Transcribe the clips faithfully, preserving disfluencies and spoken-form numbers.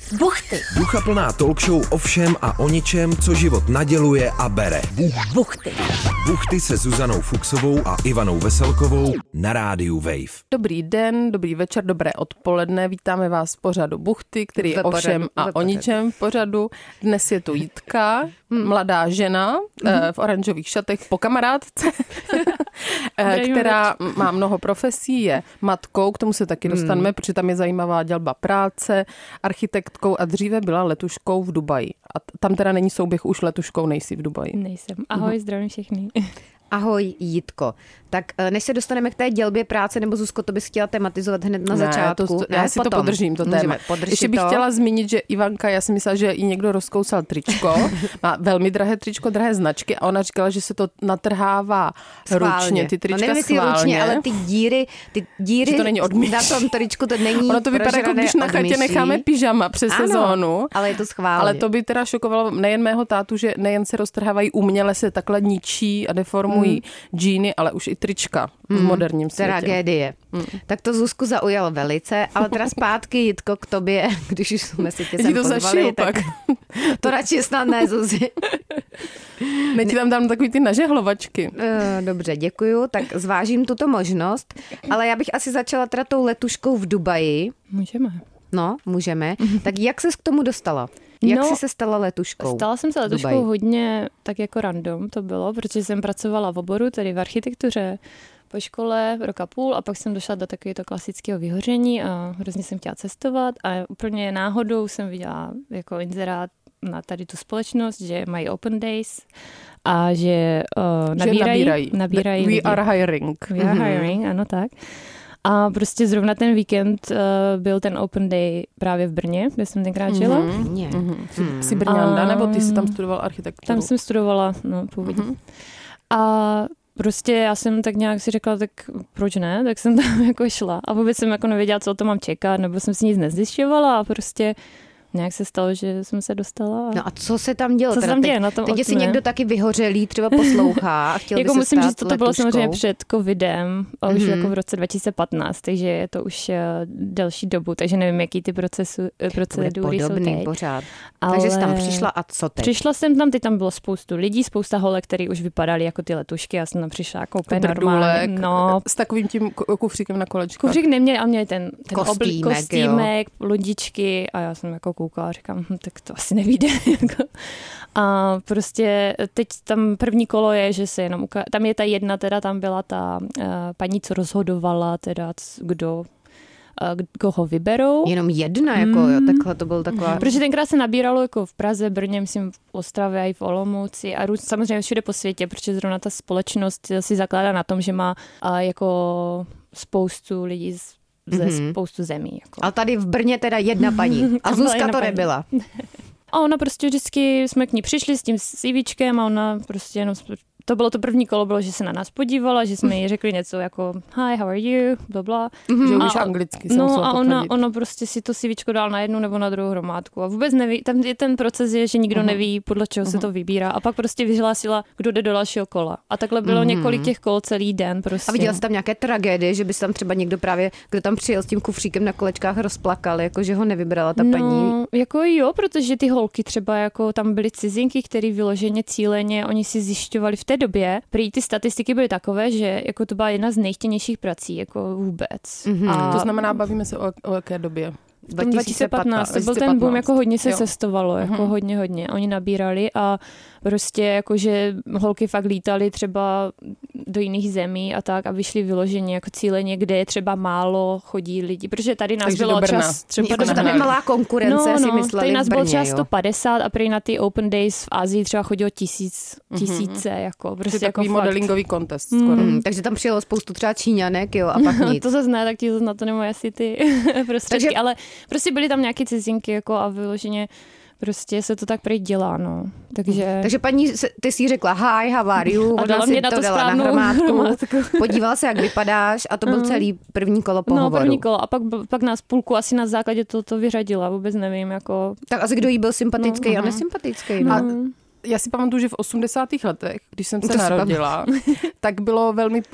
Buchty. Duchaplná talk show o všem a o ničem, co život naděluje a bere. Buchty. Buchty se Zuzanou Fuchsovou a Ivanou Veselkovou na rádiu Wave. Dobrý den, dobrý večer, dobré odpoledne. Vítáme vás v pořadu Buchty, který je o všem a o ničem v pořadu. Dnes je tu Jitka, mladá žena mm-hmm. v oranžových šatech po kamarádce, která má mnoho profesí, je matkou, k tomu se taky dostaneme, mm. protože tam je zajímavá dělba práce, architektkou a dříve byla letuškou v Dubaji. A tam teda není souběh, už letuškou nejsi v Dubaji. Nejsem. Ahoj, mm-hmm. zdravím všechny. Ahoj, Jitko. Tak než se dostaneme k té dělbě práce, nebo Zuzko, to bys chtěla tematizovat hned na ne, začátku? To, ne, já si potom to podržím, to téma. Ještě bych to. chtěla zmínit, že Ivanka, já si myslela, že jí někdo rozkousal tričko, má velmi drahé tričko, drahé značky a ona říkala, že se to natrhává schválně. Ručně, ty trička no, nevím, schválně. Ručně, ale ty díry, ty díry to není na tom tričku, to není ono to vypadá, jako když na chatě necháme pyžama přes ano, sezónu. Ale je to schválně. Ale to by teda šokovalo nejen mého tátu, že nejen se roztrhávají uměle, se takhle ničí a deformují hmm. ale už i trička v moderním světě. Tragédie. Mm. Tak to Zuzku zaujalo velice, ale teda zpátky, Jitko, k tobě, když už jsme si tě sem to pozvali, tak pak. To radši snad ne, Zuzi. Ne ti tam dám takový ty nažehlovačky. Dobře, děkuju, tak zvážím tuto možnost, ale já bych asi začala teda tou letuškou v Dubaji. Můžeme. No, můžeme. Tak jak ses k tomu dostala? Jak no, jsi se stala letuškou? Stala jsem se letuškou hodně tak jako random to bylo, protože jsem pracovala v oboru, tedy v architektuře po škole rok a půl a pak jsem došla do takového klasického vyhoření a hrozně jsem chtěla cestovat a úplně náhodou jsem viděla jako inzerát na tady tu společnost, že mají open days a že, uh, nabírají, že nabírají. nabírají We lidi. are hiring. We are hiring, ano tak. A prostě zrovna ten víkend uh, byl ten open day právě v Brně, kde jsem tenkrát žila. Mm-hmm. Mm-hmm. Jsi Brňanda, nebo ty jsi tam studoval architekturu? Tam jsem studovala, no původně. Mm-hmm. A prostě já jsem tak nějak si řekla, tak proč ne, tak jsem tam jako šla. A vůbec jsem jako nevěděla, co to mám čekat, nebo jsem si nic nezjišťovala a prostě nějak se stalo, že jsem se dostala. A... No a co se tam dělo? Co se tam děje na tom Teď si někdo taky vyhořelý, třeba poslouchá a chtěl jako by se musím stát říct, to letuškou. bylo samozřejmě před covidem, a už mm-hmm. jako v roce dva tisíce patnáct, takže je to už uh, delší dobu, takže nevím, jaký ty procesu, procedury jsou teď. Pořád. Ale... Takže jsi tam přišla a co teď? Přišla jsem tam, teď tam bylo spoustu lidí, spousta holek, který už vypadaly jako ty letušky, já jsem tam přišla jako úplně normálně. No, s takovým tím kufříkem na kolečkách. Kufřík neměli, a měli ten, ten kostýmek, oblik, kostýmek, lodičky a já jsem jako koukala a říkám, hm, tak to asi nevíde. A prostě teď tam první kolo je, že se jenom uka- tam je ta jedna, teda tam byla ta uh, paní, co rozhodovala, teda kdo koho vyberou. Jenom jedna, jako mm. jo, takhle to byl taková... Protože tenkrát se nabíralo jako v Praze, Brně, myslím v Ostravě a i v Olomouci a samozřejmě všude po světě, protože zrovna ta společnost si zakládá na tom, že má a, jako spoustu lidí z, ze mm-hmm. spoustu zemí. Jako. A tady v Brně teda jedna paní. A Zuzka to nebyla. A ona prostě vždycky, jsme k ní přišli s tím CVčkem a ona prostě jenom... To bylo to první kolo, bylo, že se na nás podívala, že jsme jí řekli něco jako hi, how are you, blabla. Mm-hmm. Že umíš anglicky. No a ona, ona prostě si to CVčko dal na jednu nebo na druhou hromádku a vůbec neví, tam je ten proces je, že nikdo mm-hmm. neví, podle čeho mm-hmm. se to vybírá a pak prostě vyhlásila, kdo jde do dalšího kola. A takhle bylo mm-hmm. několik těch kol celý den prostě. A viděla jsi tam nějaké tragédie, že by se tam třeba někdo právě, kdo tam přijel s tím kufříkem na kolečkách, rozplakal, jako že ho nevybrala ta paní? No, jako jo, protože ty holky třeba jako tam byly cizinky, které vyloženě cíleně, oni si zjišťovali v té době, prý ty statistiky byly takové, že jako to byla jedna z nejchtěnějších prací, jako vůbec. Mm-hmm. A to znamená, bavíme se o, o jaké době? dva tisíce patnáct, to byl ten boom, jako hodně se jo. cestovalo, jako mm-hmm. hodně, hodně. Oni nabírali a prostě jakože holky fakt lítaly třeba do jiných zemí a tak a vyšli vyloženě jako cíleně, kde je třeba málo chodí lidi, protože tady nás takže bylo čas třeba jako, tam je malá konkurence, no, si no, mysleli tady nás v Brně, bylo třeba jo. sto padesát a prý na ty open days v Asii třeba chodilo tisíc, tisíce, mm-hmm. jako prostě jako takový modelingový kontest skoro. Mm, takže tam přijelo spoustu třeba Číňanek, jo, a pak nic. To zase ne, tak ti zase na to nemají asi ty prostředky, takže... ale prostě byly tam nějaké cizinky jako a vyloženě prostě se to tak prý dělá, no. Takže... Takže paní, ty si řekla hi, how are you, ona si to, to dala na hromádku, podívala se, jak vypadáš a to byl celý první kolo pohovoru. No, první kolo a pak, pak nás půlku asi na základě toho to vyřadila, vůbec nevím, jako... Tak asi kdo jí byl sympatický no, a nesympatický, no. A já si pamatuju, že v osmdesátých letech, když jsem se to narodila, tak bylo velmi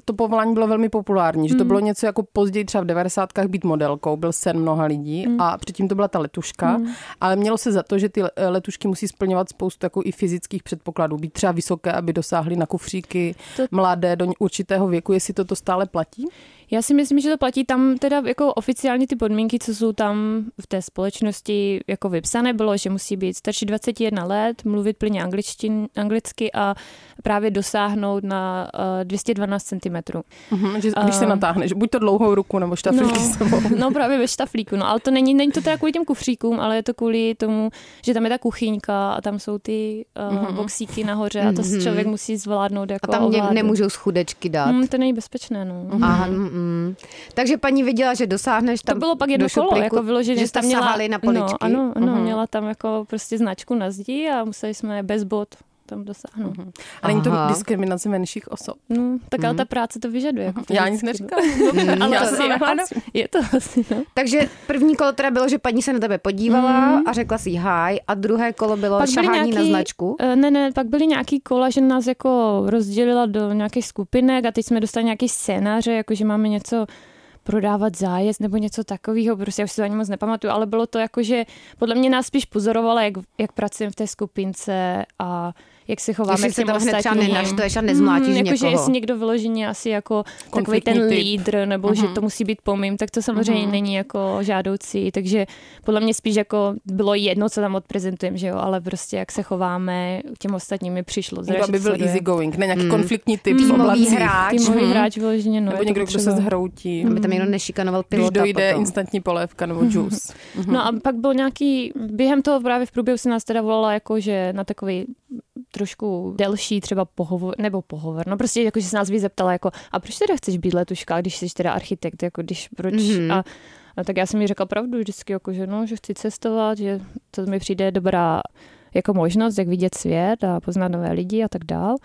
to povolání bylo velmi populární, že to bylo něco jako později třeba v devadesátkách být modelkou, byl sen mnoha lidí mm. a předtím to byla ta letuška, mm. ale mělo se za to, že ty letušky musí splňovat spoustu jako i fyzických předpokladů, být třeba vysoké, aby dosáhly na kufříky, to... mladé do určitého věku, jestli to, to stále platí? Já si myslím, že to platí tam teda jako oficiálně ty podmínky, co jsou tam v té společnosti jako vypsané, bylo, že musí být starší dvacet jedna let, mluvit plně angličtin, anglicky a právě dosáhnout na uh, dvě stě dvanáct centimetrů. Uh-huh, že, když uh, se natáhneš, buď to dlouhou ruku nebo štaflíky no, s sebou. No právě ve štaflíku, no ale to není, není to teda kvůli těm kufříkům, ale je to kvůli tomu, že tam je ta kuchyňka a tam jsou ty uh, uh-huh. boxíky nahoře a to uh-huh. člověk musí zvládnout jako a tam ovládnout. Nemůžou schudečky dát. Mm, to není bezpečné, no. Uh-huh. Aha, mm. Takže paní viděla, že dosáhneš tam. To bylo pak jedno kolo, jako vyloženě, že tam měla na poličky. No, ano, ano, uh-huh. měla tam jako prostě značku na zdi a museli jsme bez bot tam dosáhnout. Uh-huh. A není to diskriminace menších osob. No, tak ale ta práce to vyžaduje. Jako já nic neříkám. Mm, ale asi, ano, je to asi, no. Takže první kolo teda bylo, že paní se na tebe podívala mm. a řekla si hi, a druhé kolo bylo pak šahání nějaký, na značku? Ne, ne, pak byly nějaký kola, že nás jako rozdělila do nějakých skupinek a teď jsme dostali nějaký scénáře, jako že máme něco prodávat zájezd nebo něco takového, prostě já už si to ani moc nepamatuju, ale bylo to jako, že podle mě nás spíš pozorovala, jak, jak pracujeme v té skupince a jak se chováme k těm ostatním. Jestli se tam nenaštveš a nezmlátíš mm, jako, někoho. Že jestli někdo vyloženě asi jako takový ten lídr, nebo uh-huh. že to musí být pomým, tak to samozřejmě uh-huh. není jako žádoucí, takže podle mě spíš jako bylo jedno, co tam odprezentujeme, že jo, ale prostě jak se chováme k těm ostatním mi přišlo. Někdo, aby byl easy going, ne nějaký mm. konfliktní typ mm. v oblacích. hráč. Týmový mm. hráč vyloženě, no. Nebo někdo, kdo se zhroutí. Aby tam někdo nešikanoval pilota. Když dojde potom. instantní polévka nebo juice. Mm. No a pak byl nějaký, během toho právě v průběhu si nás teda volala jako, že na takový trošku delší třeba pohovor, nebo pohovor, no prostě jako, že se nás víc zeptala jako, a proč teda chceš být letuška, když jsi teda architekt, jako když, proč, mm-hmm. a, a tak já jsem jí řekla pravdu vždycky, jako, že no, že chci cestovat, že to mi přijde dobrá jako možnost, jak vidět svět a poznat nové lidi a tak dál.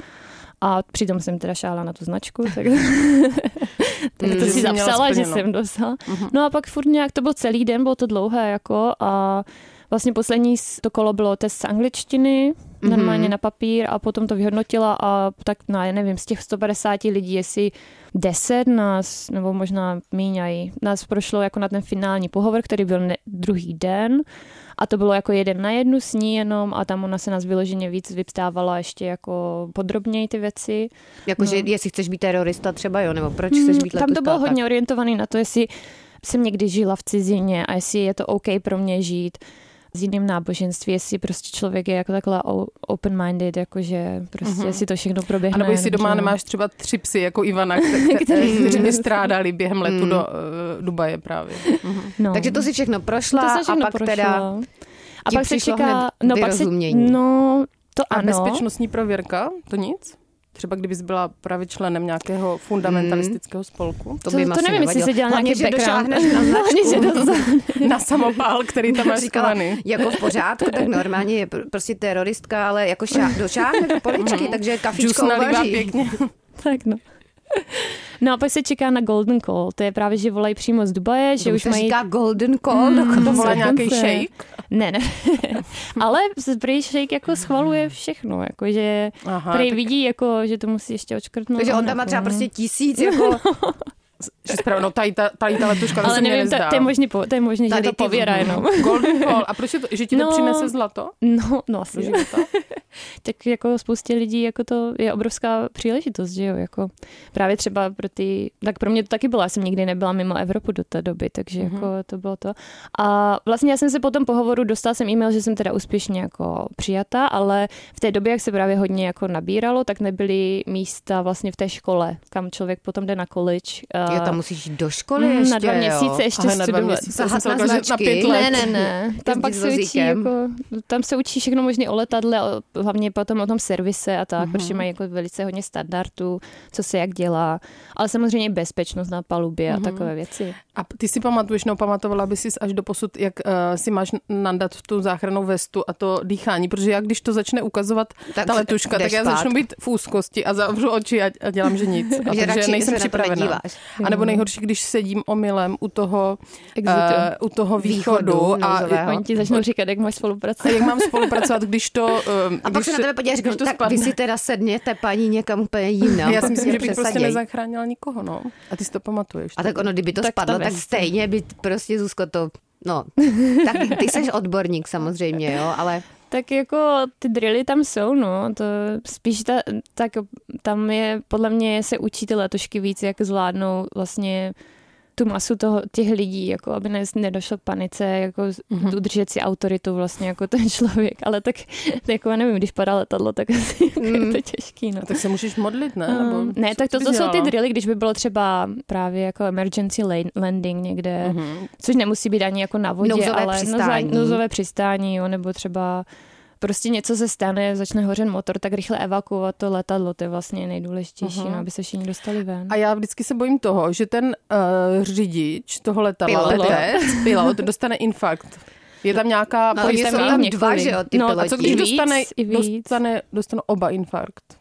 A přitom jsem teda šála na tu značku, tak, tak to si zapsala, že jsem dostala. Uh-huh. No a pak furt nějak, to byl celý den, bylo to dlouhé jako a vlastně poslední to kolo bylo test z angličtiny, mm-hmm. normálně na papír a potom to vyhodnotila a tak na, já nevím, z těch sto padesát lidí, jestli deset nás, nebo možná míň, nás prošlo jako na ten finální pohovor, který byl ne, druhý den a to bylo jako jeden na jednu s ní jenom a tam ona se nás vyloženě víc vyptávala ještě jako podrobněji ty věci. Jakože no. jestli chceš být terorista třeba, jo, nebo proč chceš být letuška? Tam to bylo tak. hodně orientovaný na to, jestli jsem někdy žila v cizině a jestli je to OK pro mě žít s jiným náboženství, jestli prostě člověk je jako takhle open-minded, jakože prostě uh-huh. si to všechno proběhne. A nebo jestli doma nemáš třeba tři psy jako Ivana, kteří by strádali během letu do uh, Dubaje právě. Uh-huh. No. Takže to si všechno prošla to všechno a pak prošla. teda a pak se čeká, no pak se, no to a ano. bezpečnostní prověrka, to nic? Třeba kdybys byla právě členem nějakého fundamentalistického spolku. To, by to, to nevím, jestli se dělá nějaký background. Na značku. Na samopál, který tam máš schovaný. Jako v pořádku, tak normálně je prostě teroristka, ale jako šá, došáhne do poličky, takže kafičko uvaří. Pěkně. Tak no. No a pak se čeká na Golden Call. To je právě, že volají přímo z Dubaje. Že to už mají... říká Golden Call. Mm, to volá nějaký shake? Ne, ne. Ale prý shake jako schvaluje všechno. Jako, že Aha, prý tak... vidí, jako, že to musí ještě očkrtnout. Takže on tam má třeba prostě tisíc jako... Že správno, no, tady ta, tady ta letuška, ale nevím, to, to je možný, to je možný, že to pověrá jenom. Golden Call. A proč je to, že ti to no, přinese zlato? No, no asi. Tak jako spoustě lidí, jako to je obrovská příležitost, že jo, jako právě třeba pro ty, tak pro mě to taky bylo, já jsem nikdy nebyla mimo Evropu do té doby, takže mm-hmm. jako to bylo to. A vlastně já jsem se po tom pohovoru dostala jsem e-mail, že jsem teda úspěšně jako přijata, ale v té době, jak se právě hodně jako nabíralo, tak nebyly místa vlastně v té škole, kam člověk potom jde na college. Jo, tam musíš jít do školy mm, ještě, na dva měsíce ještě Aha, studovat. Sahat na značky. Ne, ne, ne. Tam pak se učí, jako, tam se učí všechno možné o letadle, hlavně potom o tom servise a tak, mm-hmm. protože mají jako velice hodně standardů, co se jak dělá, ale samozřejmě bezpečnost na palubě mm-hmm. a takové věci. A ty si pamatuješ, no pamatovala by si až do posud, jak uh, si máš nandat tu záchrannou vestu a to dýchání, protože já když to začne ukazovat tak ta letuška, tak já spát. začnu být v úzkosti a zavřu oči a, a dělám, že nic. A že takže nejsem připravená. A nebo nejhorší, když sedím omylem u toho, uh, u toho východu. východu a oni ti začnou říkat, jak máš spolupracovat. A jak mám spolupracovat, když to... Uh, a A pak se na tebe podívá, řeknu, tak spadne. Vy si teda sedněte, paní, někam úplně jinam. Já si myslím, že bych prostě nezachránila nikoho, no. A ty si to pamatuješ. A tak ono, kdyby to tak spadlo, to tak stejně by prostě, Zuzko, to, no, tak ty jsi odborník samozřejmě, jo, ale... Tak jako ty drily tam jsou, no, to spíš ta, tak tam je, podle mě se učí ty letošky víc, jak zvládnou vlastně tu masu toho, těch lidí, jako aby ne, nedošlo k panice, jako mm-hmm. udržet si autoritu vlastně jako ten člověk, ale tak jako nevím, když padá letadlo, tak asi mm. je to těžký, no. A tak se můžeš modlit, ne? Nebo um, ne, tak to, to jsou ty drily, když by bylo třeba právě jako emergency landing někde, mm-hmm. což nemusí být ani jako na vodě, nouzové ale přistání. nouzové přistání, jo, nebo třeba prostě něco se stane, začne hořet motor, tak rychle evakuovat to letadlo, to je vlastně nejdůležitější, uh-huh. no, aby se všichni dostali ven. A já vždycky se bojím toho, že ten uh, řidič toho letadla, pilot, letec, pilot, dostane infarkt. Je tam nějaká... No, jsou tam dva, že jo, ty no, piloti. A co když dostane, dostane, dostane oba infarkt?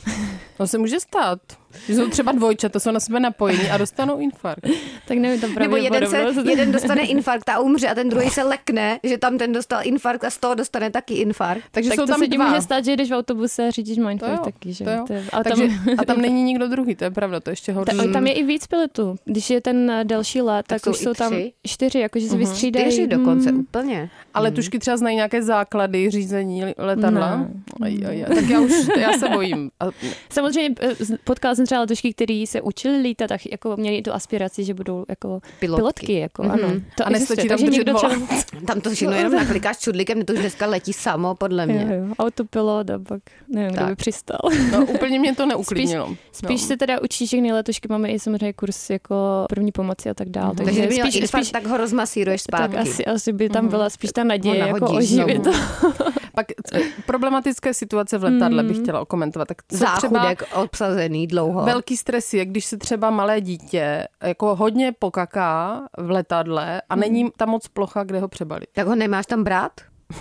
To se může stát. Že jsou třeba dvojčata, jsou na sebe napojení a dostanou infarkt. Tak nevím, to Nebo jeden, se, jeden dostane infarkt a umře a ten druhý se lekne, že tam ten dostal infarkt a z toho dostane taky infarkt. Takže tak jsou to tam se dva. může stát, že jdeš v autobuse a řidič má infarkt taky. Že? To to je, a, Takže, tam, a tam není nikdo druhý, to je pravda, to je ještě horší. Ta, tam je i víc pilotů. Když je ten delší let, tak, tak už jsou tam čtyři, jakože se uh-huh. vystřídají. Čtyři dokonce, hmm. úplně. Ale tušky třeba znají nějaké základy řízení letadla. No. Aj, aj, aj. Tak já už, já se bojím. A... Samozřejmě potkala jsem třeba letušky, který se učili lítat, tak jako měli tu aspiraci, že budou jako pilotky. pilotky jako, mm-hmm. ano. To a nestačí tam držet volant. Tam to všechno jenom naklikáš čudlíkem, to už dneska letí samo, podle mě. Jo, jo. Autopilot a pak nevím, tak. Kdo by přistal. No úplně mě to neuklidnilo. Spíš, spíš no. se teda učí všechny letušky, máme i samozřejmě kurz jako první pomoci a tak dále. Mm-hmm. Takže kdyby měl infarkt, tak ho rozmasíruješ zpátky. Tak asi, asi by tam byla spíš ta naděje jako oživit. Pak problematické situace v letadle bych chtěla okomentovat. Tak záchudek obsazený dlouho. Velký stres je, když se třeba malé dítě jako hodně pokaká v letadle a není tam moc plocha, kde ho přebalit. Tak ho nemáš tam brát?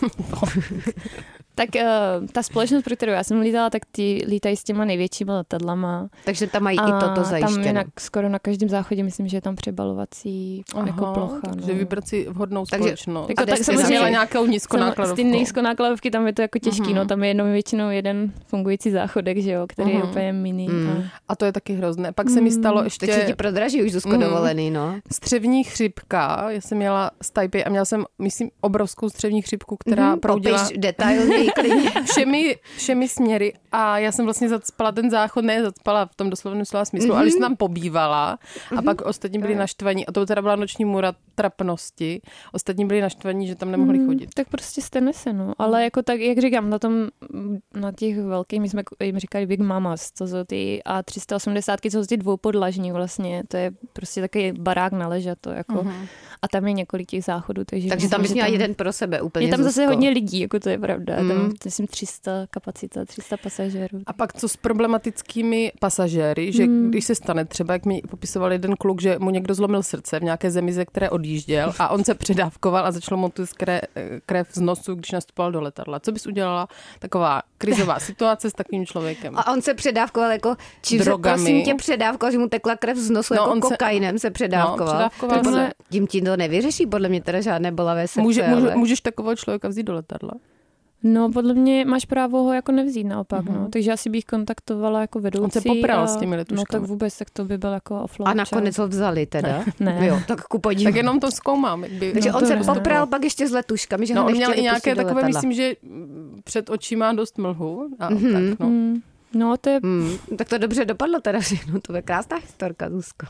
Tak uh, ta společnost, pro kterou já jsem lítala, tak ty lítají s těma největšíma letadlama. Takže tam mají a i toto zajištěno. Tam je na, skoro na každém záchodě, myslím, že je tam přebalovací Aha, jako plocha. Takže no. vybrat si vhodnou takže, společnost. Jako, tak samozřejmě nějakou nízkonákladovku. Ty nízkonákladovky, tam je to jako těžký, uh-huh. no tam je jenom většinou jeden fungující záchodek, že jo, který uh-huh. je úplně mini. Mm. A... a to je taky hrozné. Pak se mi stalo ještě... Takže ti prodraží už Zuzko mm. dovolený, no. Střevní chřipka. Já jsem měla z Taipei a měla jsem, myslím, obrovskou střevní chřipku, která mm-hmm, proudila... detailně všemi, všemi směry a já jsem vlastně zacpala ten záchod, ne zacpala v tom doslovném slova smyslu, mm-hmm. ale jsem tam pobývala a mm-hmm. pak ostatní byli naštvaní a to teda byla noční můra trapnosti. Ostatní byli naštvaní, že tam nemohli chodit. Mm, tak prostě stane se, no. Ale jako tak, jak říkám, na tom, na těch velkých, my jsme jim říkali Big Mamas, to jsou ty A tři sta osmdesát, co jsou ty dvoupodlažní vlastně, to je prostě takový barák na ležato, jako. Mm-hmm. A tam je několik těch záchodů, takže... Takže tam bys měla tam, jeden pro sebe úplně, je tam Zuzko. Zase hodně lidí, jako to je pravda. Mm. Tam, myslím, tři sta kapacita, tři sta pasažérů. A pak co s problematickými pasažéry, že mm. když se stane třeba, jak mi popisoval jeden kluk, že mu někdo zlomil srdce v nějaké zemi, ze které odjížděl a on se předávkoval a začalo mu tu krev, krev z nosu, když nastupoval do letadla. Co bys udělala? Taková krizová situace s takovým člověkem. A on se předávkoval jako, čím se prosím tě předávkoval, že mu tekla krev z nosu, no, jako kokainem se, se předávkoval. No, předávkoval se. Tím ti to nevyřeší, podle mě teda žádné bolavé srdce. Může, ale... může, můžeš takového člověka vzít do letadla? No, podle mě máš právo ho jako nevzít naopak, mm-hmm. no. Takže asi bych kontaktovala jako vedoucí. On se popral a... s těmi letuškami. No tak vůbec, tak to by byl jako offload. A nakonec ho vzali teda? Ne. Jo, tak ku podivu. Tak jenom to zkoumám. By... Takže no, on se popral pak ještě s letuškami, že no, ho on nechtěli měl i nějaké takové, letadla. myslím, že před očima dost mlhu. A mm-hmm. tak, no. Mm. No, to je... Mm, tak to dobře dopadlo teda všechno, to je krásná historka, Zuzko.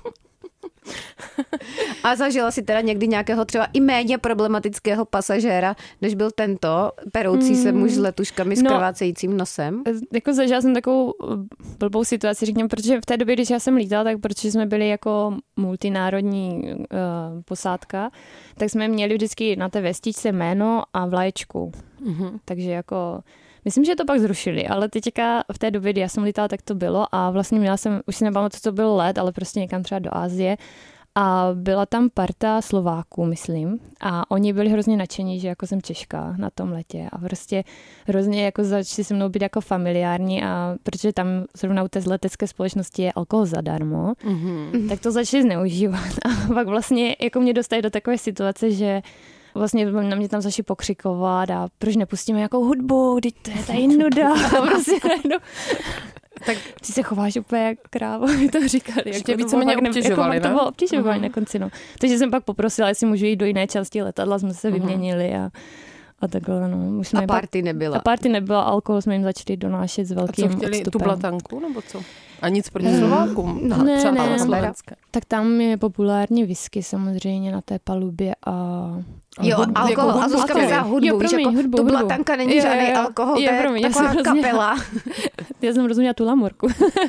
A zažila si teda někdy nějakého třeba i méně problematického pasažéra, než byl tento peroucí se muž s letuškami s no, krvácejícím nosem? Jako zažila jsem takovou blbou situaci, řekněme, protože v té době, když já jsem lítala, tak protože jsme byli jako multinárodní uh, posádka, tak jsme měli vždycky na té vestičce jméno a vlaječku. Mm-hmm. Takže jako... Myslím, že to pak zrušili, ale teďka v té době, kdy já jsem lítala, tak to bylo a vlastně měla jsem, už si nepamatuji, co to byl let, ale prostě někam třeba do Asie a byla tam parta Slováků, myslím, a oni byli hrozně nadšení, že jako jsem Češka na tom letě a prostě hrozně jako začali se mnou být jako familiární a protože tam zrovna u té letecké společnosti je alkohol zadarmo, mm-hmm. tak to začali zneužívat a pak vlastně jako mě dostali do takové situace, že vlastně na mě tam začali pokřikovat a proč nepustíme nějakou hudbu, teď to je tady nuda. prostě no. Tak ty se chováš úplně jak kráva, mi to říkali. Ještě víceméně obtěžovali, jako, To bylo obtěžování uh-huh. na konci, no. Takže jsem pak poprosila, jestli můžu jít do jiné části letadla, jsme se uh-huh. vyměnili a A takhle, no. Už a party nebyla. A party nebyla, alkohol jsme jim začali donášet s velkým odstupem. A co chtěli, tu blatanku, nebo co? A nic proti mm. Slovákům? No, ne, ne, ne. Tak tam je populární whisky samozřejmě na té palubě a... a jo, hudbu, alkohol, jako a Zuzka mi za hudbu, jo, víš, jako hudbu, tu blatanka není je, žádný je, alkohol, je, to je promiň, taková já kapela. Já jsem rozuměla tu lamorku.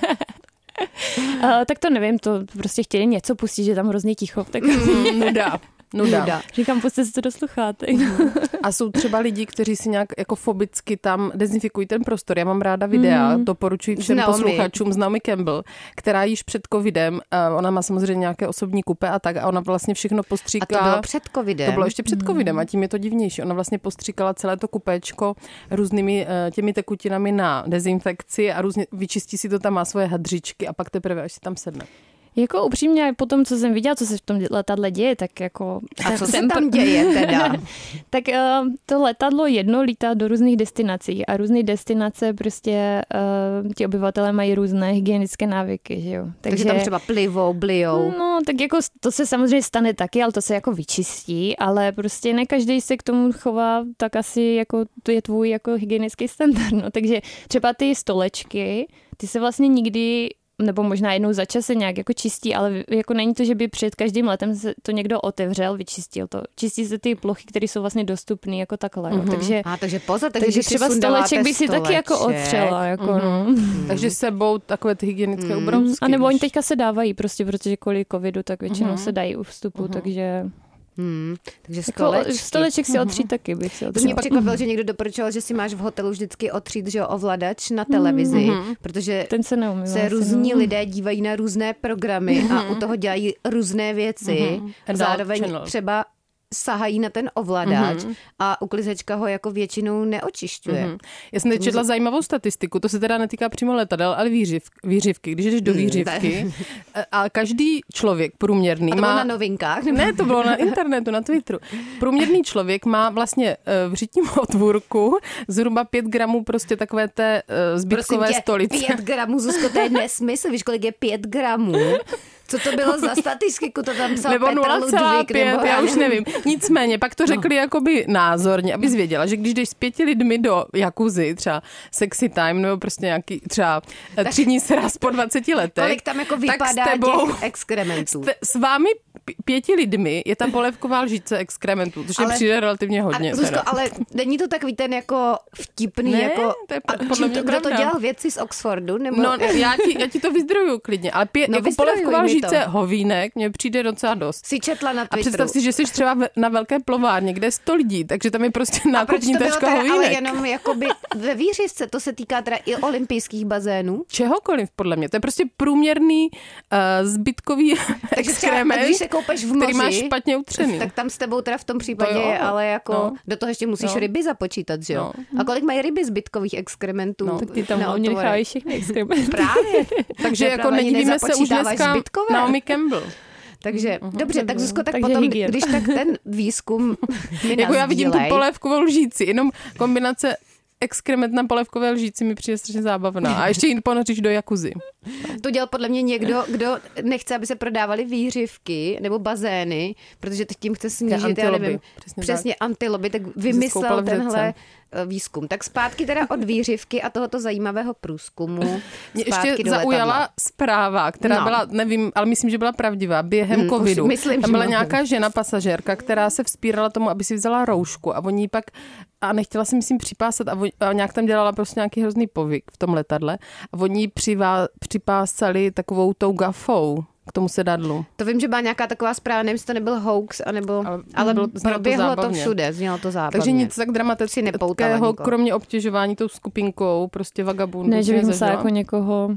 Uh, tak to nevím, to prostě chtěli něco pustit, že tam hrozně ticho. Tak... Mm, nuda. Nuda. Nuda. Říkám, pusťte si to do sluchátek. A jsou třeba lidi, kteří si nějak jako fobicky tam dezinfikují ten prostor. Já mám ráda videa, mm. doporučuji všem Naomi. posluchačům z Naomi Campbell, která již před covidem, ona má samozřejmě nějaké osobní kupe a tak, a ona vlastně všechno postříká. A to bylo před covidem. To bylo ještě před covidem a tím je to divnější. Ona vlastně postříkala celé to kupéčko různými těmi tekutinami na dezinfekci a různě vyčistí si to tam, má svoje hadřičky a pak teprve až si tam sedne. Jako upřímně, po tom, co jsem viděla, co se v tom letadle děje, tak jako... A co se tam děje teda? Tak uh, to letadlo jedno lítá do různých destinací a různé destinace prostě uh, ti obyvatelé mají různé hygienické návyky, že jo. Takže, Takže tam třeba plivou, blijou. No, tak jako to se samozřejmě stane taky, ale to se jako vyčistí, ale prostě ne každý se k tomu chová, tak asi jako to je tvůj jako hygienický standard, no. Takže třeba ty stolečky, ty se vlastně nikdy nebo možná jednou za čas se nějak jako čistí, ale jako není to, že by před každým letem se to někdo otevřel, vyčistil to. Čistí se ty plochy, které jsou vlastně dostupné jako takhle. Mm-hmm. Takže, a, takže pozor, takže, takže třeba stoleček bych si taky jako otřela. Jako, mm-hmm. no. mm-hmm. Takže s sebou takové ty hygienické mm-hmm. ubrousky. A nebo oni teďka se dávají prostě, protože kvůli covidu, tak většinou mm-hmm. se dají u vstupu, mm-hmm. takže... Hmm, takže stolečky. Jako stoleček si otřít mm-hmm. taky bych si otřela. Mě překvapilo, že někdo doporučoval, že si máš v hotelu vždycky otřít, že jo, ovladač na televizi, mm-hmm. protože ten se, neumývá, se různí no. lidé dívají na různé programy mm-hmm. a u toho dělají různé věci. Mm-hmm. Zároveň třeba sahají na ten ovladač mm-hmm. a uklizečka ho jako většinou neočišťuje. Mm-hmm. Já jsem teď četla zajímavou statistiku, to se teda netýká přímo letadel, ale výřiv, výřivky. Když jdeš do výřivky mm, a každý člověk průměrný a to má... bylo na novinkách? Nebo? Ne, to bylo na internetu, na Twitteru. Průměrný člověk má vlastně v řitním otvůrku zhruba pět gramů prostě takové té zbytkové Prosím tě, stolice. pět gramů, Zuzko, to je nesmysl. Víš, kolik je pět gramů? Co to bylo za statistiku? To tam psal nebo Petr Ludvík? Nebo já už nevím. Nicméně, pak to řekli no. jakoby názorně, abys věděla, že když jdeš s pěti lidmi do jacuzzi, třeba sexy time, nebo prostě nějaký třeba tak, tři dní sraz po dvaceti letech. Kolik tam jako vypadá tebou, těch exkrementů? S, s vámi pěti lidmi je tam polévková lžíce exkrementů, což ale, je přijde relativně hodně. A, Zuzko, ale není to takový ten jako vtipný, ne, jako... To je podle mě to, kdo to dělal věci z Oxfordu? Nebo... No, já ti, já ti to vyzdrojuju klidně, ale pě, no, jako polévková lžíce hovínek mně přijde docela dost. Si četla na Twitteru. A představ si, že jsi třeba na velké plovárně, kde je sto lidí, takže tam je prostě nákupní taška hovínek. Ale jenom jakoby ve výřivce, to se týká teda i olympijských bazénů. Čehokoliv, podle mě. To je prostě průměrný uh, zbytkový exkrement, když se koupeš v moři, který máš špatně utřený. Tak tam s tebou teda v tom případě je, ale jako no. do toho ještě musíš no. ryby započítat, že jo? No. A kolik mají ryby zbytkových exkrementů? No, tak ty tam hlavně nechávají všechny exkrementy. Právě. Takže jako nedívíme se už dneska zbytkové. Naomi Campbell. Takže, uh-huh. dobře, tak Zuzko, tak Takže potom, hygien. Když tak ten výzkum mi jako já vidím tu polévkovou lžíci, jenom kombinace exkrement na polévkové lžíci mi přijde strašně zábavná. A ještě jim ponoříš do jacuzzi. To dělal podle mě někdo, kdo nechce, aby se prodávaly výřivky nebo bazény, protože tím chce snížit, já nevím, přesně, přesně antilobby, tak vymyslel tenhle výzkum. Tak zpátky teda od výřivky a tohoto zajímavého průzkumu. Mě ještě zaujala letadla. Zpráva, která no. byla, nevím, ale myslím, že byla pravdivá, během hmm, covidu. Myslím, Tam byla nějaká žena pasažérka, která se vzpírala tomu, aby si vzala roušku a oni pak a nechtěla si, myslím, připásat a, a nějak tam dělala prostě nějaký hrozný povyk v tom letadle a oni přivá, připásali takovou tou gafou k tomu sedadlu. To vím, že byla nějaká taková zpráva, nevím, jestli to nebyl hoax, anebo, ale, ale bylo, proběhlo to, to všude, znělo to zábavně. Takže nic tak dramatického, kromě obtěžování tou skupinkou, prostě vagabundů. Ne, že bych musela jako někoho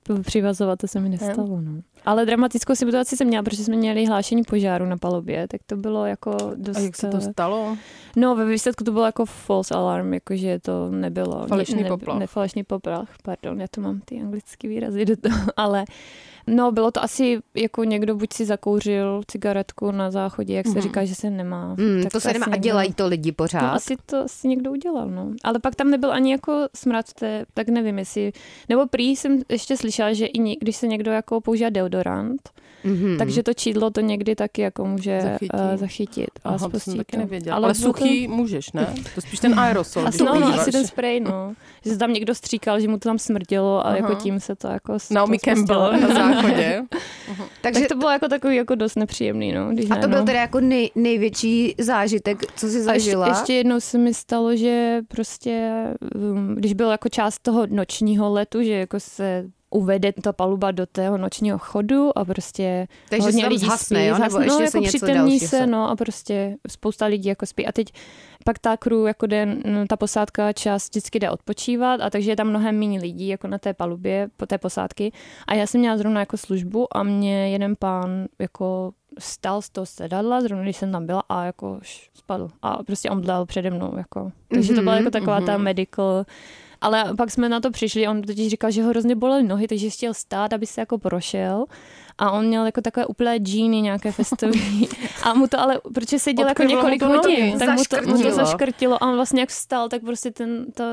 přivazovat, to se mi nestalo. No. Ale dramatickou situaci jsem měla, protože jsme měli hlášení požáru na palubě, tak to bylo jako dost... A jak se to stalo? No, ve výsledku to bylo jako false alarm, jakože to nebylo... Falešný ne, poplach. Ne, falešný poplach, pardon, já tu mám ty anglické výrazy do toho, ale... No, bylo to asi jako někdo buď si zakouřil cigaretku na záchodě, jak se mm. říká, že se nemá. Mm, to, to se nemá někdo... a dělají to lidi pořád. No, asi to asi někdo udělal, no. Ale pak tam nebyl ani jako smrad, té, tak nevím, jestli... Nebo prý jsem ještě slyšela, že i ně, když se někdo jako používá deodorant, mm-hmm. takže to čídlo to někdy taky jako může Zachytí. uh, zachytit. Aha, a to jsem taky nevěděla. Ale, Ale suchý to... můžeš, ne? To spíš ten aerosol. Asi, no, no, asi ten spray, no. Že se tam někdo stříkal, že mu to tam smrdělo a Aha. jako tím se to jako... Naomi Campbell na záchodě. Uh-huh. Takže tak to bylo jako takový jako dost nepříjemný, no. Když a to ne, byl no. teda jako nej, největší zážitek, co jsi zažila? Ještě, ještě jednou se mi stalo, že prostě, když byl jako část toho nočního letu, že jako se uvede ta paluba do tého nočního chodu a prostě takže hodně lidí zhasne, spí. Jo? Nebo no, ještě jako se něco přitemní dalšího. se, no a prostě spousta lidí jako spí. A teď pak ta crew, jako jde, ta posádka čas vždycky jde odpočívat a takže je tam mnohem méně lidí jako na té palubě, po té posádky. A já jsem měla zrovna jako službu a mě jeden pán jako vstal z toho sedadla, zrovna když jsem tam byla a jako spadl. A prostě omdlel přede mnou. Jako. Takže to byla jako taková ta medical... Ale pak jsme na to přišli, on totiž říkal, že ho hrozně bolely nohy, takže chtěl stát, aby se jako prošel. A on měl jako takové úplné džíny nějaké festovní. A mu to ale, protože seděl jako několik hodin, tak mu to, mu to zaškrtilo. A on vlastně jak vstal, tak prostě ten, ta,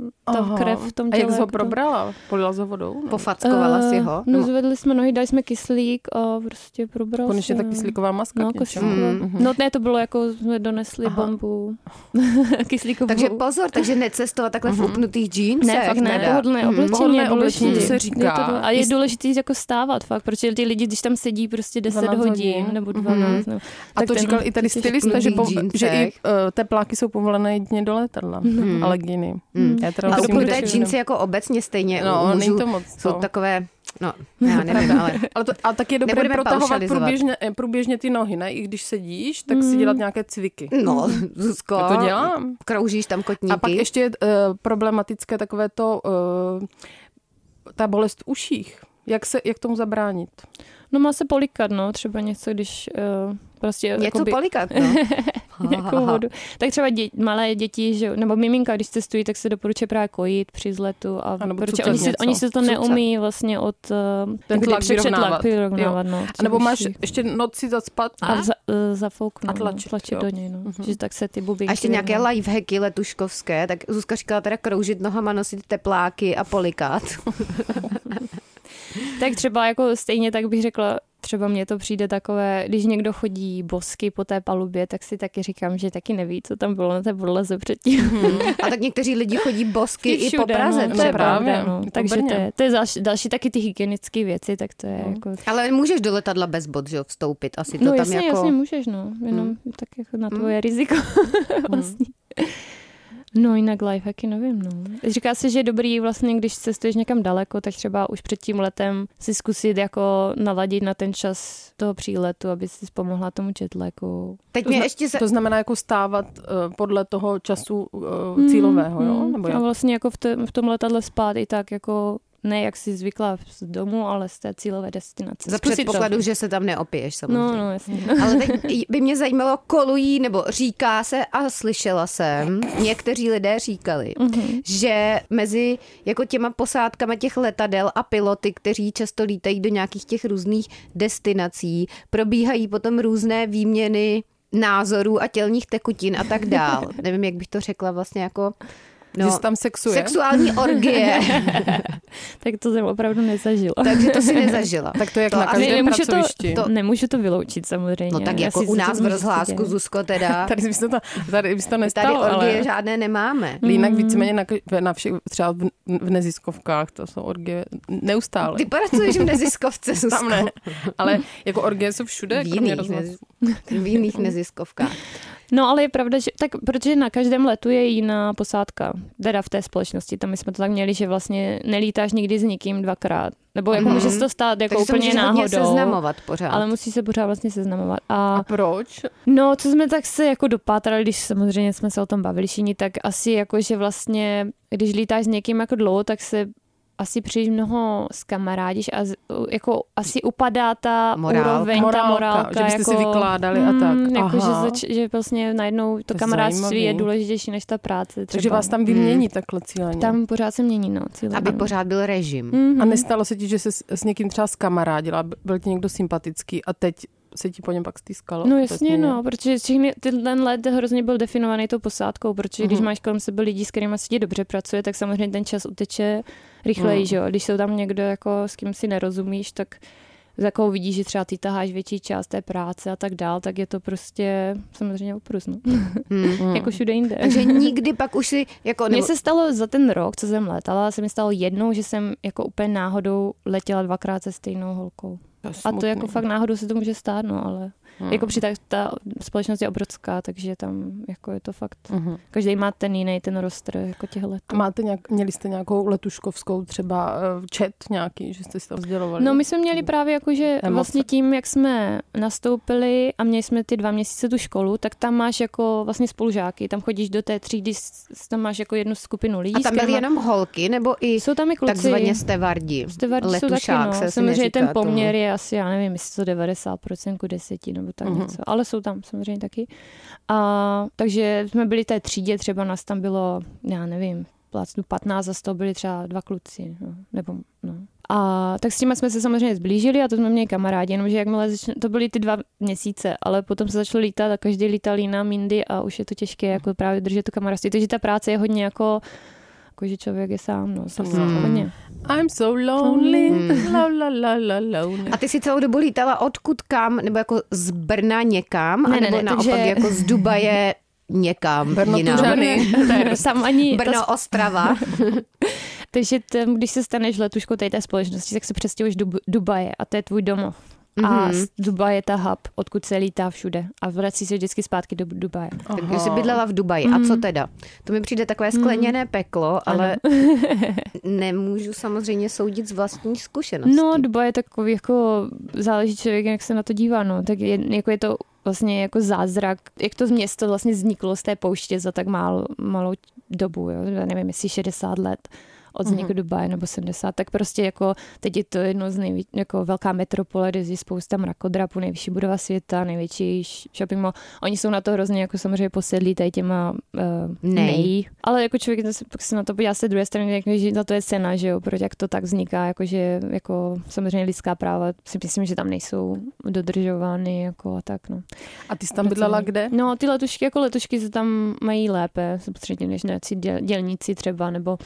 ta krev v tom těle. A jak jsi ho jako probrala? Polila za vodou? No. Pofackovala uh, si ho? No zvedli jsme nohy, dali jsme kyslík a prostě probral Konečně se. ta kyslíková maska. No, mm. no ne, to bylo jako, jsme donesli Aha. bombu kyslíkovou. Takže pozor, takže necestovat takhle uh-huh. v upnutých džínsech. Ne, fakt ne, pohodlné oblečení. Pohodlné oblečení, se říká. A je důležité jako stávat fakt, protože ty lidi, když tam sedí prostě deset hodin nebo dvanáct. Mm-hmm. A to říkal i tady stylista, že, po, že i uh, tepláky jsou povolené jedině do letadla. Mm-hmm. A legíny. Mm. A upnuté džínsy jako obecně stejně no, u mužů to moc jsou to. Takové... No, já nevím, ale... ale, to, ale tak je dobré protahovat průběžně, průběžně ty nohy, ne? I když sedíš, tak si dělat nějaké cviky. No, Zuzko. Já to dělám. Kroužíš tam kotníky. A pak ještě je uh, problematické takové to, uh, ta bolest v uších. Jak, se, jak tomu zabránit? No má se polikat, no, třeba něco, když uh, prostě... Něco jakoby, polikat, no. Nějakou vodu. Tak třeba dě, malé děti, že, nebo miminka, když cestují, tak se doporučuje právě kojit při vzletu. A a protože oni si, oni si to cucat. neumí vlastně od... Uh, ten tlak vyrovnávat. vyrovnávat no, a nebo máš ještě noci zacpat a za, uh, zafouknout, a tlačit, no, tlačit do něj. No. Uh-huh. Že tak se ty bubinky... A ještě nějaké lifehacky letuškovské, tak Zuzka říkala teda kroužit nohama, nosit tepláky a polikat. Tak třeba jako stejně tak bych řekla, třeba mně to přijde takové, když někdo chodí bosky po té palubě, tak si taky říkám, že taky neví, co tam bylo na té podlaze předtím. Hmm. A tak někteří lidi chodí bosky i, všude, po Praze. No, to je právě, no. Takže to je, to je další, další taky ty hygienické věci, tak to je hmm. jako... Ale můžeš do letadla bez bot, že jo, vstoupit, asi to no, tam jasně, jako... No jasně, můžeš, no, jenom hmm. tak jako na tvoje hmm. riziko vlastně. No jinak lifehacky nevím, no. Říká se, že je dobrý vlastně, když cestuješ někam daleko, tak třeba už před tím letem si zkusit jako naladit na ten čas toho příletu, aby si pomohla tomu jetlagu. Teď mě ještě se... To znamená jako stávat uh, podle toho času uh, cílového, mm, jo? Nebo a vlastně jako v, te, v tom letadle spát i tak jako ne jak jsi zvykla z domu, ale z té cílové destinace. Za předpokladu, že se tam neopiješ samozřejmě. No, no, jasně. Ale teď by mě zajímalo, kolují, nebo říká se a slyšela jsem, někteří lidé říkali, mm-hmm. že mezi jako těma posádkama těch letadel a piloty, kteří často lítají do nějakých těch různých destinací, probíhají potom různé výměny názorů a tělních tekutin a tak dál. Nevím, jak bych to řekla vlastně jako... No, že tam sexuje. Sexuální orgie. Tak to jsem opravdu nezažila. Takže to si nezažila. Tak to jak to na každém pracovišti. To, to, nemůžu to vyloučit samozřejmě. No tak jako u nás v rozhlásku, Zuzko, teda. Tady byste to, tady byste to nestalo, tady orgie ale... žádné nemáme. Jinak mm. víceméně na, na všech, třeba v, v neziskovkách, to jsou orgie neustále. Ty pracuješ v neziskovce, Zuzko. Tam ne, ale jako orgie jsou všude. V jiných, nez, v jiných neziskovkách. No ale je pravda, že tak, protože na každém letu je jiná posádka, teda v té společnosti. Tam my jsme to tak měli, že vlastně nelítáš nikdy s nikým dvakrát. Nebo jako mm-hmm. může se to stát jako takže úplně náhodou. Takže se seznamovat pořád. Ale musí se pořád vlastně seznamovat. A, a proč? No, co jsme tak se jako dopátrali, když samozřejmě jsme se o tom bavili všichni, tak asi jako, že vlastně, když lítáš s někým jako dlouho, tak se asi příliš mnoho skamarádíš a z, jako asi upadá ta morálka. úroveň, morálka, ta morálka. Že byste jako, si vykládali a tak. Mm, jako, že, zač, že vlastně najednou to, to kamarádství je důležitější než ta práce. Třeba. Takže vás tam vymění mm. takhle cíleně. Tam pořád se mění, no. Cíleně. Aby pořád byl režim. Mm-hmm. A nestalo se ti, že se s, s někým třeba zkamarádila, byl ti někdo sympatický a teď se ti po něm pak stýskalo? No jasně, no, protože všechny, ten let hrozně byl definovaný tou posádkou, protože uh-huh. když máš kolem sebe lidi, s kterými se ti dobře pracuje, tak samozřejmě ten čas uteče rychleji, uh-huh. že jo. Když jsou tam někdo, jako, s kým si nerozumíš, tak za jakou vidíš, že třeba ty taháš větší část té práce a tak dál, tak je to prostě samozřejmě oprus, no. Hmm. Jako všude jinde. Takže nikdy pak už si jako... Mně nebo... se stalo za ten rok, co jsem letala, se mi stalo jednou, že jsem jako úplně náhodou letěla dvakrát se stejnou holkou. To a to jako fakt náhodou se to může stát, no, ale hmm. jako při tak, ta společnost je obrovská, takže tam jako je to fakt, hmm. každý má ten jiný, ten rostr jako těch letů. A máte nějak, měli jste nějakou letuškovskou třeba chat nějaký, že jste si tam sdělovali? No my jsme měli právě jako, že emoce. Vlastně tím, jak jsme nastoupili a měli jsme ty dva měsíce tu školu, tak tam máš jako vlastně spolužáky, tam chodíš do té třídy, tam máš jako jednu skupinu lidí. A tam byly jenom holky, nebo i jsou tam i kluci, takzvaně stevardi? Stevardi letušák, jsou taky, no. Samozřejmě ten poměr tomu. Je asi, já nevím, jestli to devadesát procent ku deseti nebo tak uh-huh. něco, ale jsou tam samozřejmě taky. A takže jsme byli té třídě, třeba nás tam bylo, já nevím, patnáct a z toho byli třeba dva kluci, no, nebo no. A tak s tím jsme se samozřejmě zblížili a to jsme měli kamarádi, jenomže jakmile začne, to byly ty dva měsíce, ale potom se začalo lítat a každý lítal jinam jindy a už je to těžké jako právě držet to kamarádství. Takže ta práce je hodně jako jako, že člověk je sám, no, mm. hodně. I'm so lonely, mm. la, la, la, la, lonely. A ty si celou dobu lítala odkud kam, nebo jako z Brna někam, ne, anebo ne, ne, naopak takže... jako z Dubaje někam Brno jinam. Tam ani Brno to... Ostrava. Takže tam, když se staneš letuškou té společnosti, tak se přestěhuješ do Dubaje a to je tvůj domov. Mm-hmm. A z Dubaje je ta hub, odkud se lítá všude. A vrací se vždycky zpátky do Dubaje. Takže jsi bydlela v Dubaji. Mm. A co teda? To mi přijde takové skleněné mm. peklo, ale nemůžu samozřejmě soudit z vlastní zkušenosti. No, Dubaj je takový, jako záleží člověk, jak se na to dívá. No. Tak je, jako je to vlastně jako zázrak, jak to město vlastně vzniklo z té pouště za tak málo, malou dobu. Jo? Já nevím, jestli šedesát let. Od vzniku mm-hmm. Dubaje nebo sedmdesát, tak prostě jako teď je to jedno z největší, jako velká metropole, kde je spousta mrakodrapů, nejvyšší budova světa, největší shopping mall. Oni jsou na to hrozně jako samozřejmě posedlí tady těma uh, nej. nej. Ale jako člověk pak se na to podívá se druhé strany, jako, že za to je cena, že jo, proč jak to tak vzniká, jakože jako samozřejmě lidská práva, si myslím, že tam nejsou dodržovány jako a tak, no. A ty jsi tam bydlela kde? No, ty letušky jako letušky se tam mají lépe, předtím než nějací děl, dělníci třeba, nebo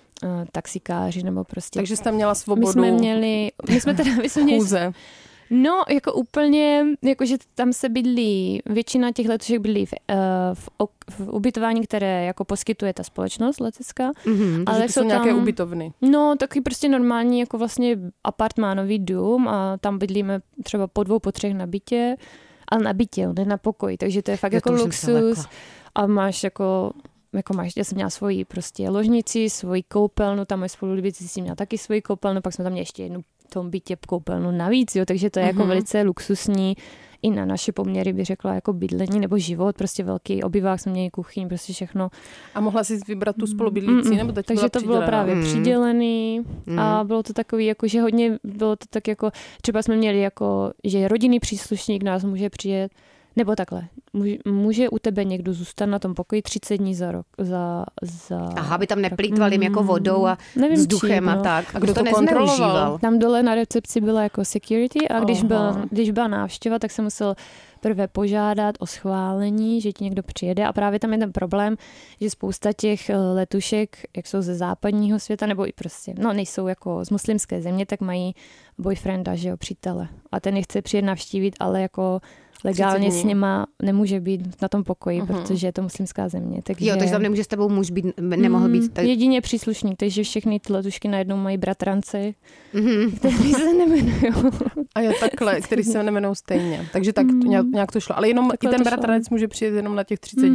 taxikáři nebo prostě. Takže jsi tam měla svobodu. My jsme měli, my jsme teda, my jsme měli, no, jako úplně, jakože tam se bydlí, většina těch letušek bydlí v, v, v ubytování, které jako poskytuje ta společnost letecká. Mm-hmm, ale jsou tam nějaké ubytovny. No, taky prostě normální, jako vlastně apartmánový dům a tam bydlíme třeba po dvou, po třech na bytě, ale na bytě, ne na pokoji, takže to je fakt jo, jako luxus a máš jako jako máš, já jsem měla svoji prostě ložnici, svoji koupelnu, tam moje spolulíbící si měla taky svoji koupelnu, pak jsme tam měli ještě jednu v tom bytě koupelnu navíc, jo, takže to je mm-hmm. jako velice luxusní i na naše poměry, bych řekla, jako bydlení nebo život, prostě velký obyvák, jsme měli kuchyň, prostě všechno. A mohla jsi vybrat tu spolubydlící, mm, nebo teď takže to bylo právě mm. přidělený mm. a bylo to takový, jako, že hodně bylo to tak jako, třeba jsme měli jako, že rodinný příslušník nás může přijet, nebo takhle, může u tebe někdo zůstat na tom pokoji třicet dní za rok. Za, za Aha, aby tam neplýtvali mm, jako vodou a nevím, vzduchem čím, no. a tak. A kdo to kontroloval? Tam dole na recepci byla jako security a když, byl, když byla návštěva, tak se musel prvé požádat o schválení, že ti někdo přijede a právě tam je ten problém, že spousta těch letušek, jak jsou ze západního světa, nebo i prostě, no nejsou jako z muslimské země, tak mají boyfrienda, že jo, přítele. A ten je chce přijet navštívit, ale jako legálně s nima nemůže být na tom pokoji, uh-huh. protože je to muslimská země. Takže... Jo, takže tam nemůže s tebou muž být, nemohl být. Tak... Jedině příslušník, takže všechny ty letušky najednou mají bratrance, uh-huh. který se nemenují. A jo, takhle, který se nemenují stejně. Takže tak nějak, nějak to šlo. Ale jenom takhle i ten bratranec může přijet jenom na těch třicet uh-huh. dní.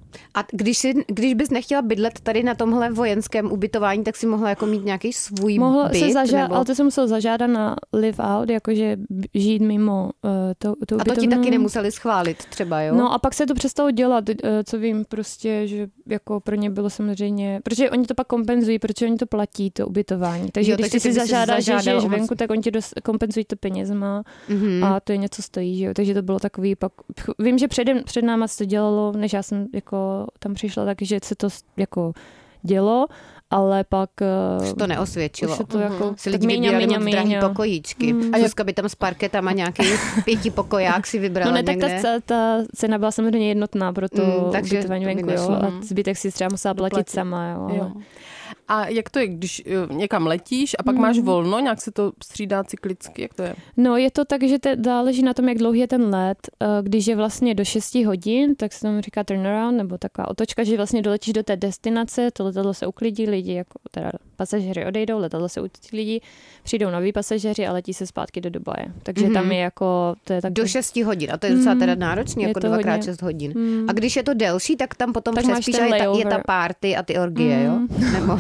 A když, si, když bys nechtěla bydlet tady na tomhle vojenském ubytování, tak si mohla jako mít nějaký svůj Mohla byt? Se zažádat, nebo... ale to jsem musel zažádat na live out, jakože žít mimo uh, to, to ubytovnu. A to ti taky nemuseli schválit třeba, jo? No a pak se to přestalo dělat, uh, co vím prostě, že jako pro ně bylo samozřejmě, protože oni to pak kompenzují, protože oni to platí, to ubytování. Takže jo, když ty si zažádáš, že žiješ venku, tak oni ti dost, kompenzují to penězma mm-hmm. a to je něco stojí, že jo? Takže to bylo takový pak, vím, že před, před náma se to dělalo, než já jsem jako tam přišla, takže se to jako dělo, ale pak... Už to neosvědčilo. Už to mm-hmm. jako, si lidi vybírali moc drahý pokojíčky. Mm. A Zuzka by tam s parketama nějaký pětipokoják si vybrala no ne, někde. tak ta, ta cena byla samozřejmě jednotná pro to mm, ubytování venku, jo, a zbytek si třeba musela platit Doplatí. sama, jo. Ale... jo. A jak to je, když někam letíš a pak mm. máš volno, nějak se to střídá cyklicky, jak to je? No je to tak, že to záleží na tom, jak dlouhý je ten let. Když je vlastně do šesti hodin, tak se tomu říká turnaround, nebo taková otočka, že vlastně doletíš do té destinace, to letadlo se uklidí, lidi, jako teda pasažéři odejdou, letadlo se uklidí lidi, přijdou noví pasažéři a letí se zpátky do Dubaje. Takže mm-hmm. tam je jako... To je tak... Do šesti hodin a to je docela teda náročný, jako dvakrát šest hodin. Mm. A když je to delší, tak tam potom tak přespíš a je ta, je ta party a ty orgie, mm. jo? Nebo...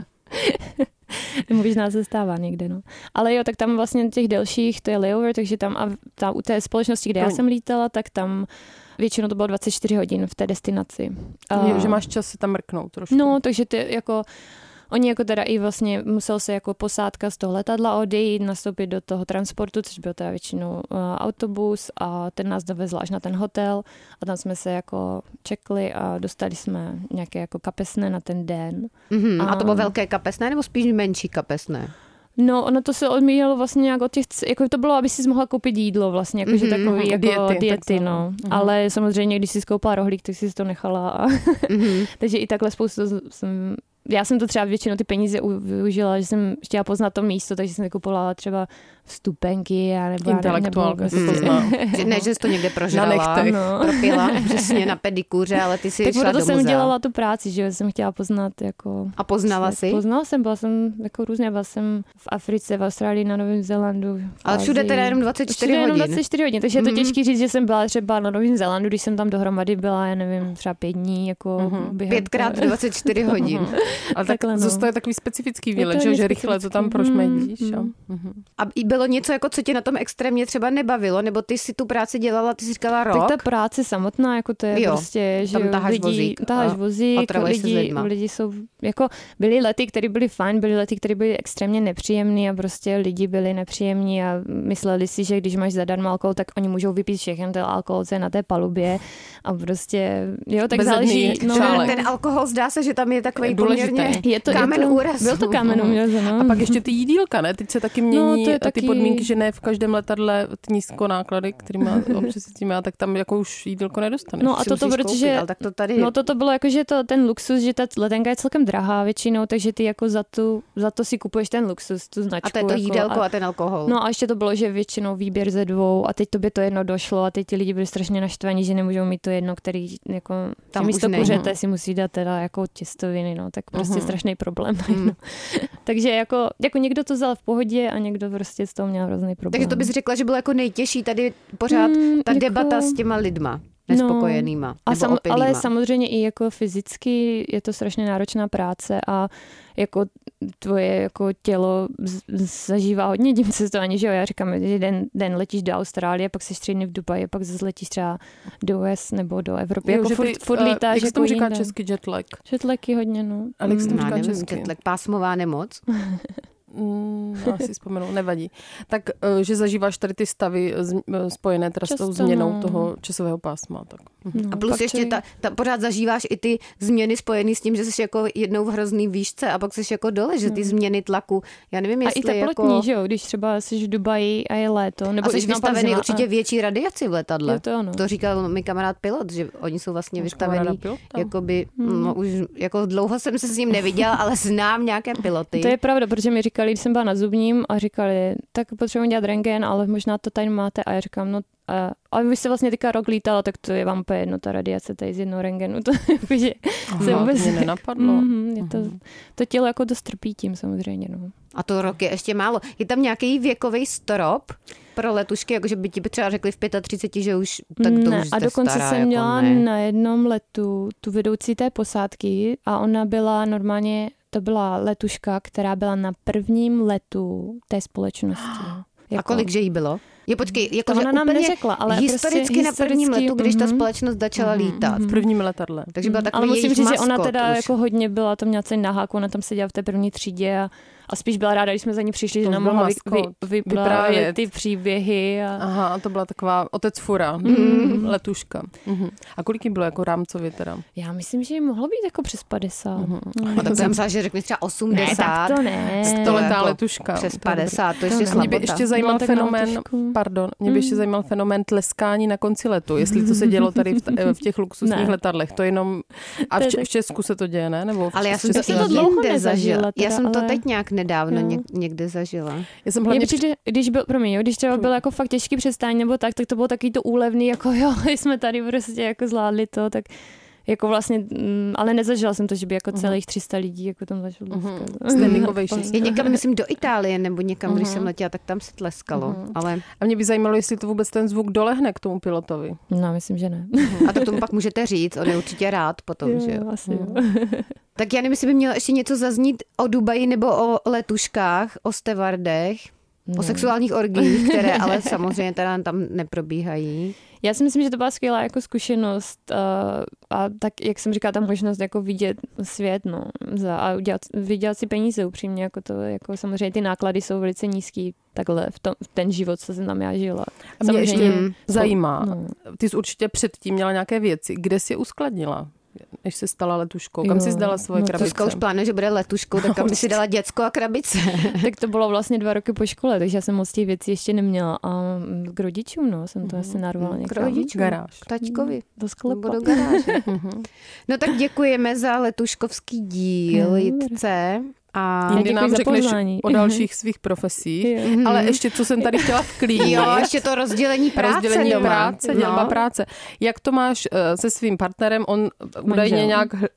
Možná se stává někde, no. Ale jo, tak tam vlastně těch delších, to je layover, takže tam a tam u té společnosti, kde já jsem lítala, tak tam většinou to bylo dvacet čtyři hodin v té destinaci. A... Že máš čas se tam mrknout trošku. No, takže ty jako... Oni jako teda i vlastně musel se jako posádka z toho letadla odejít, nastoupit do toho transportu, což byl teda většinou uh, autobus a ten nás dovezl až na ten hotel a tam jsme se jako čekli a dostali jsme nějaké jako kapesné na ten den. Mm-hmm. A, a to bylo velké kapesné nebo spíš menší kapesné? No, ono to se odmíjelo vlastně nějak od těch, jako to bylo, aby si mohla koupit jídlo vlastně, jakože mm-hmm, takový jako diety, diety no. Mm-hmm. Ale samozřejmě, když si skoupila rohlík, tak si to nechala. A mm-hmm. Takže i takhle spoustu jsem, já jsem to třeba většinou ty peníze využila, že jsem chtěla poznat to místo, takže jsem kupovala třeba vstupenky a nebo... Intelektuálka se poznala. Ne, že jsi to někde prožrala, no. propila přesně na pedikuře, ale ty si tak šla do muzea. Tak proto jsem dělala tu práci, že jsem chtěla poznat jako... A poznala jsi? Poznala jsem, byla jsem jako různě, byla jsem v Africe, v Austrálii, na Novém Zélandu. Ale všude teda jenom dvacet čtyři hodin. Jenom dvacet čtyři hodin, takže je to mm-hmm. těžký říct, že jsem byla třeba na Novém Zélandu, když jsem tam dohromady byla, já nevím, třeba pět dní, jako mm-hmm. Pětkrát dvacet čtyři hodin. Ale tak to je takový specifický výlet, že, že rychle to tam prošmejdíš. Mm. A bylo něco, jako co tě na tom extrémně třeba nebavilo, nebo ty si tu práci dělala, ty jsi říkala rok? Tak ta práce samotná, jako to je jo, prostě, že tam taháš lidi, vozík, taháš vozík lidi, lidi jsou, jako byly lety, které byly fajn, byly lety, které byly extrémně nepříjemné a prostě lidi byli nepříjemní a mysleli si, že když máš zadarmo alkohol, tak oni můžou vypít všechny ten alkohol, co je na té palubě a prostě, jo, tak záleží. No, ten alkohol zdá se, že tam je takový poměrně je to, kámen je to, úrazu. Byl to kámen úrazu, no. A pak ještě ty jídílka, ne? Teď se taky mění no, ty taky... podmínky, že ne v každém letadle nízkonáklady, který má občas s tím, tak tam jako už jídílko nedostaneš. No a toto, protože, tak to tady... no toto bylo jako, že to, ten luxus, že ta letenka je celkem drahá většinou, takže ty jako za, tu, za to si kupuješ ten luxus, tu značku. A to je to jako, jídelko a, a ten alkohol. No a ještě to bylo, že většinou výběr ze dvou a teď tobě to jedno došlo a teď ti lidi byli strašně naštvaní, že nemůžou mít to jedno, který jako tam místo kuřete si musí dát teda jako těstoviny, no, tak prostě uh-huh. strašný problém. Uh-huh. Takže jako, jako někdo to vzal v pohodě a někdo prostě z toho měl hrozný problém. Takže to bys řekla, že bylo jako nejtěžší tady pořád hmm, ta jako... debata s těma lidma nespokojenýma. No, a sam, ale samozřejmě i jako fyzicky je to strašně náročná práce a jako tvoje jako tělo zažívá hodně tím cestování, že jo, já říkám, že den, den letíš do Austrálie, pak seš tři dny v Dubaji, pak zase letíš třeba do U S nebo do Evropy, jo, jako furt, ty, furt lítáš. Jak se tomu jako říká česky jetlag? Jetlag je hodně, no. Ale jak se tomu říká česky? Jetlag, pásmová nemoc. Mm, asi vzpomenu, nevadí. Tak, že zažíváš tady ty stavy spojené teda s tou změnou no. toho časového pásma. Tak. No, a plus ještě ta, ta, pořád zažíváš i ty změny spojené s tím, že jsi jako jednou v hrozný výšce a pak jsi jako dole, že ty no. změny tlaku. Já nevím, jestli a i teplotní, jako... že jo, když třeba jsi v Dubaji a je léto. Nebo a jsi vystavený určitě a... větší radiaci v letadle. Je to, no. to říkal mi kamarád pilot, že oni jsou vlastně vystavení jakoby, hmm. no, už jako dlouho jsem se s ním neviděla, ale znám nějaké piloty. To je pravda, protože mi říkali, když jsem byla na zubním a říkali, tak potřebujeme dělat rentgen, ale možná to tady máte a já říkám, no A, a vy se vlastně teďka rok lítala, tak to je vám úplně jedno, ta radiace tady z jednoho rentgenu. To, jakože, se vůbec mě nenapadlo. Mm, je to, to tělo jako dost trpí tím samozřejmě. No. A to rok je ještě málo. Je tam nějaký věkový strop pro letušky, jakože by ti třeba řekli v třicet pět, že už tak to ne, už a dokonce stará, jsem jako měla ne. na jednom letu tu vedoucí té posádky a ona byla normálně, to byla letuška, která byla na prvním letu té společnosti. Jako... A kolik že jí bylo? Je počkej, jako to ona nám neřekla, ale historicky prostě na prvním letu, když ta společnost začala mm-hmm, lítat. V prvním letadle. Takže byla takový ale musím říct, že ona teda už. jako hodně byla, tam měla celý naháku, ona tam seděla v té první třídě a, a spíš byla ráda, když jsme za ní přišli, to že nám mohla vy, vy, vyprávět ty příběhy. A... Aha, a to byla taková otec fura, mm. letuška. Mm-hmm. A kolik jí bylo jako rámcově teda? Já myslím, že jí mohlo být jako přes padesát. Mm-hmm. A tak jsem myslela, že řekli třeba osmdesát. Ne, tak to ne. Stoletá jako letuška. Přes padesát, to ještě to slabota. Mě by ještě zajímal fenomén, pardon, mě by ještě zajímal fenomén tleskání na konci letu, jestli to se dělo tady v, t- v těch luxusních ne. letadlech. To jenom, a v, Č- v Česku se to děje, ne? Nebo v ale já jsem to, to dlouho nezažila. Teda, já jsem ale... to teď nějak nedávno něk, někde zažila. Já jsem hlavně... přijde, když byl, promiň, jo, když třeba bylo jako fakt těžký přestání nebo tak, tak to bylo takový to úlevný, jako jo, jsme tady prostě jako zvládli to, tak jako vlastně, ale nezažila jsem to, že by jako celých tři sta lidí jako tam zažilo. Uh-huh. Standingovější. Je někam, myslím, do Itálie nebo někam, uh-huh. když jsem letěla, tak tam se tleskalo. Uh-huh. Ale... A mě by zajímalo, jestli to vůbec ten zvuk dolehne k tomu pilotovi. No, myslím, že ne. Uh-huh. A to tomu pak můžete říct, on je určitě rád potom, jo, že jo. Asi jo. Tak já nevím, jestli by mělo ještě něco zaznít o Dubaji nebo o letuškách, o stevardech. No. O sexuálních orgiích, které ale samozřejmě teda tam neprobíhají. Já si myslím, že to byla skvělá jako zkušenost uh, a tak, jak jsem říkala, ta možnost jako vidět svět, no, za, a udělat, vydělat si peníze upřímně, jako to, jako samozřejmě ty náklady jsou velice nízký, takhle, v, tom, v ten život, co jsem tam já žila. A mě samozřejmě, ještě zajímá, no. Ty jsi určitě předtím měla nějaké věci, kde jsi je uskladnila? Než se stala letuškou. Kam jo, jsi dala svoje no, krabice? Zuzka už plánuje, že bude letuškou, tak kam by si dala děcko a krabice? Tak to bylo vlastně dva roky po škole, takže já jsem moc těch věcí ještě neměla. A k rodičům, no, jsem to mm. asi narvala někam. K rodičům? Garáž. K taťkovi. Do sklepa. Do garáže. No tak děkujeme za letuškovský díl, Jitce. A jindy nám řekneš o dalších svých profesích, ale ještě, co jsem tady chtěla vklínit. Jo, ještě to rozdělení práce Rozdělení doma. práce, dělba no. práce. Jak to máš uh, se svým partnerem? On údajně nějak uh,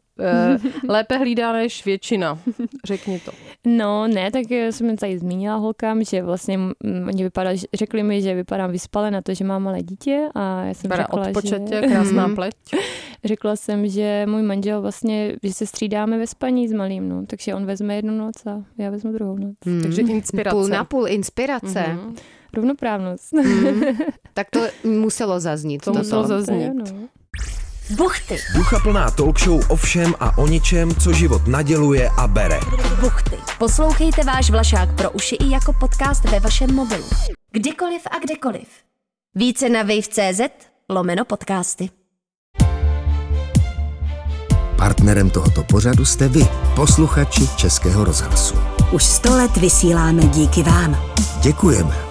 lépe hlídá než většina. Řekni to. No ne, tak jsem tady zmínila holkám, že vlastně oni vypadá, řekli mi, že vypadám vyspale na to, že mám malé dítě a já jsem Vypadá řekla, odpočatě, že... krásná pleť. Řekla jsem, že můj manžel vlastně, že se střídáme ve spaní s malým, no, takže on vezme jednu noc a já vezmu druhou noc. Hmm. Takže inspirace. Půl na půl inspirace. Mm-hmm. Rovnoprávnost. Mm. Tak to muselo zaznít. To, to muselo zaznít. To je, no. Buchty. Duchaplná talk show o všem a o ničem, co život naděluje a bere. Buchty. Poslouchejte váš Vlašák pro uši i jako podcast ve vašem mobilu. Kdykoliv a kdekoliv. Více na wave tečka cé zet lomeno podcasty. Partnerem tohoto pořadu jste vy, posluchači Českého rozhlasu. Už sto let vysíláme díky vám. Děkujeme.